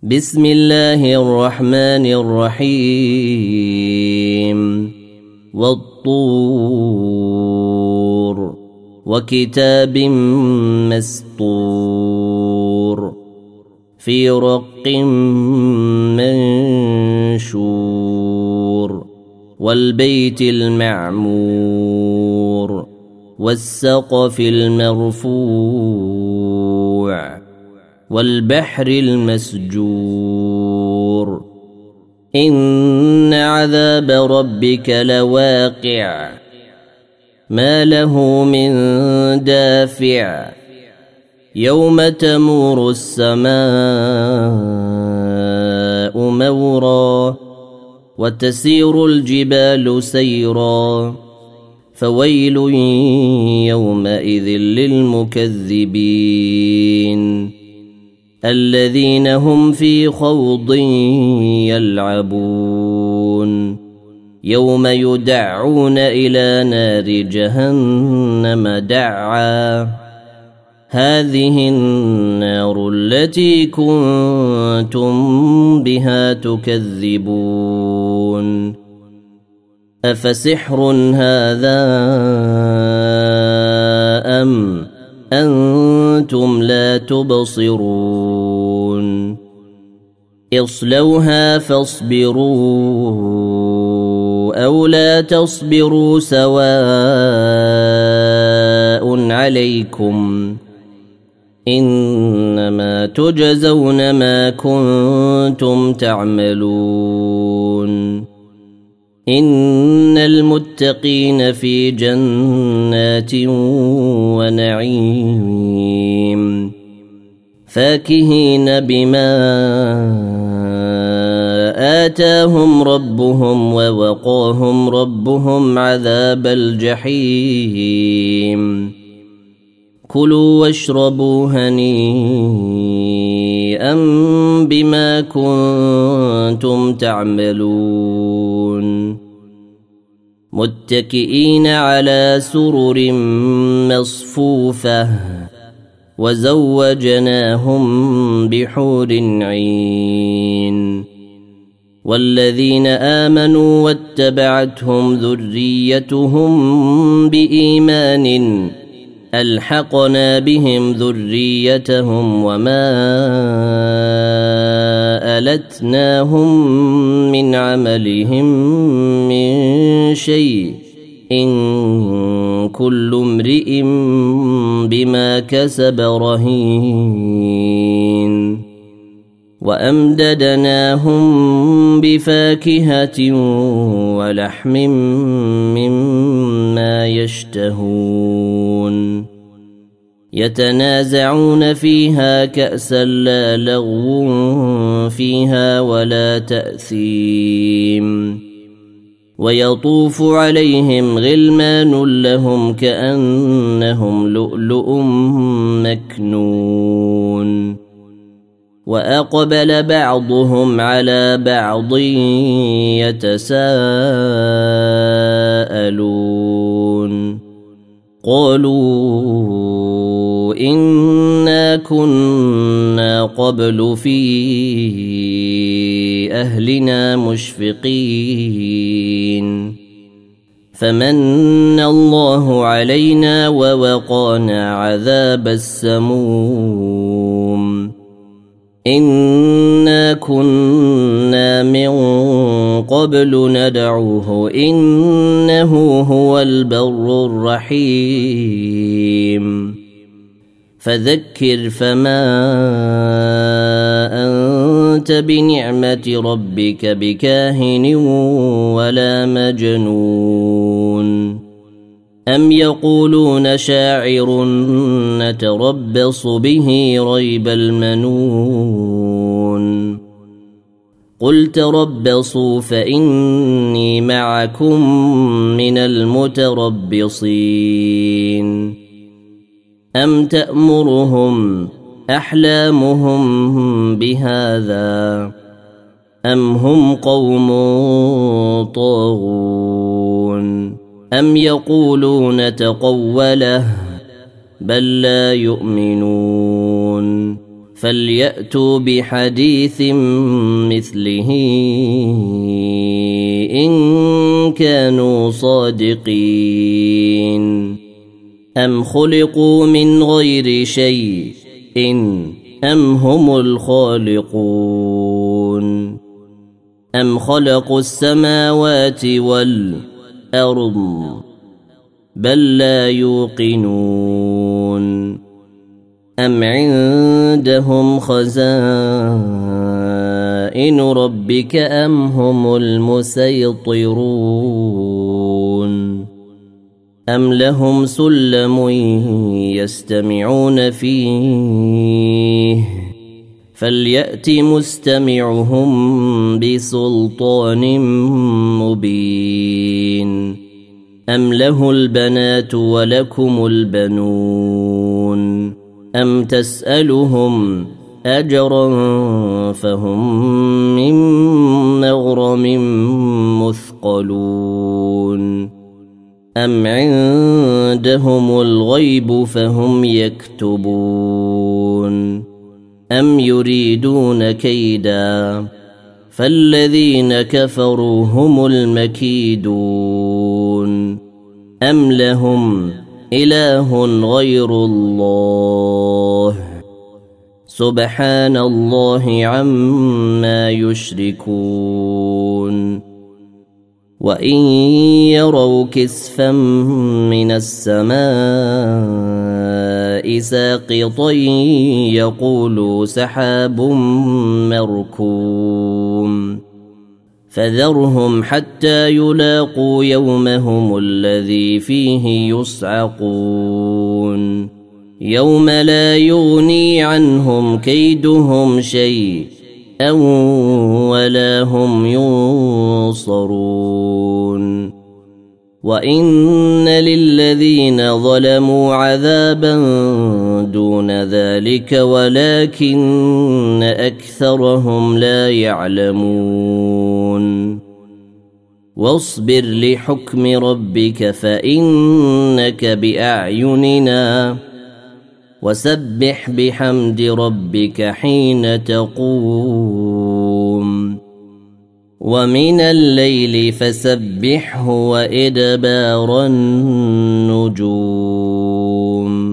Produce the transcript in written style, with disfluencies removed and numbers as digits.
بسم الله الرحمن الرحيم والطور وكتاب مسطور في رق منشور والبيت المعمور والسقف المرفوع والبحر المسجور إن عذاب ربك لواقع ما له من دافع يوم تمور السماء مورا وتسير الجبال سيرا فويل يومئذ للمكذبين الذين هم في خوض يلعبون يوم يدعون إلى نار جهنم دعا هذه النار التي كنتم بها تكذبون أفسحر هذا أم أنتم لا تبصرون اصلوها فاصبروا أو لا تصبروا سواء عليكم إنما تجزون ما كنتم تعملون إن المتقين في جنات ونعيم فاكهين بما آتاهم ربهم ووقاهم ربهم عذاب الجحيم كلوا واشربوا هنيئا بما كنتم تعملون متكئين على سرر مصفوفة وزوجناهم بحور عين والذين آمنوا واتبعتهم ذريتهم بإيمان ألحقنا بهم ذريتهم وما ألتناهم من عملهم من شيء إن كل امرئ بما كسب رهين وأمددناهم بفاكهة ولحم مما يشتهون يتنازعون فيها كأسا لا لغو فيها ولا تأثيم ويطوف عليهم غلمان لهم كأنهم لؤلؤ مكنون وأقبل بعضهم على بعض يتساءلون قالوا إنا كنا قبل في أهلنا مشفقين فمن الله علينا ووقانا عذاب السموم إنا كنا من قبل ندعوه إنه هو البر الرحيم فذكر فما أنت بنعمة ربك بكاهن ولا مجنون أم يقولون شاعر نتربص به ريب المنون قل تربصوا فإني معكم من المتربصين أم تأمرهم أحلامهم بهذا أم هم قوم طاغون أم يقولون تقوله بل لا يؤمنون فليأتوا بحديث مثله إن كانوا صادقين أم خلقوا من غير شيء أم هم الخالقون أم خلقوا السماوات والأرض بل لا يوقنون أم عندهم خزائن ربك أم هم المسيطرون أم لهم سلم يستمعون فيه فليأت مستمعهم بسلطان مبين أم له البنات ولكم البنون أم تسألهم أجرا فهم من مغرم مثقلون أم عندهم الغيب فهم يكتبون أم يريدون كيدا فالذين كفروا هم المكيدون أم لهم إله غير الله سبحان الله عما يشركون وإن يروا كسفا من السماء ساقطا يقولوا سحاب مركوم فذرهم حتى يلاقوا يومهم الذي فيه يصعقون يوم لا يغني عنهم كيدهم شيئا ولا هم ينصرون وإن للذين ظلموا عذابا دون ذلك ولكن أكثرهم لا يعلمون واصبر لحكم ربك فإنك بأعيننا وسبح بحمد ربك حين تقوم ومن الليل فسبحه وإدبار النجوم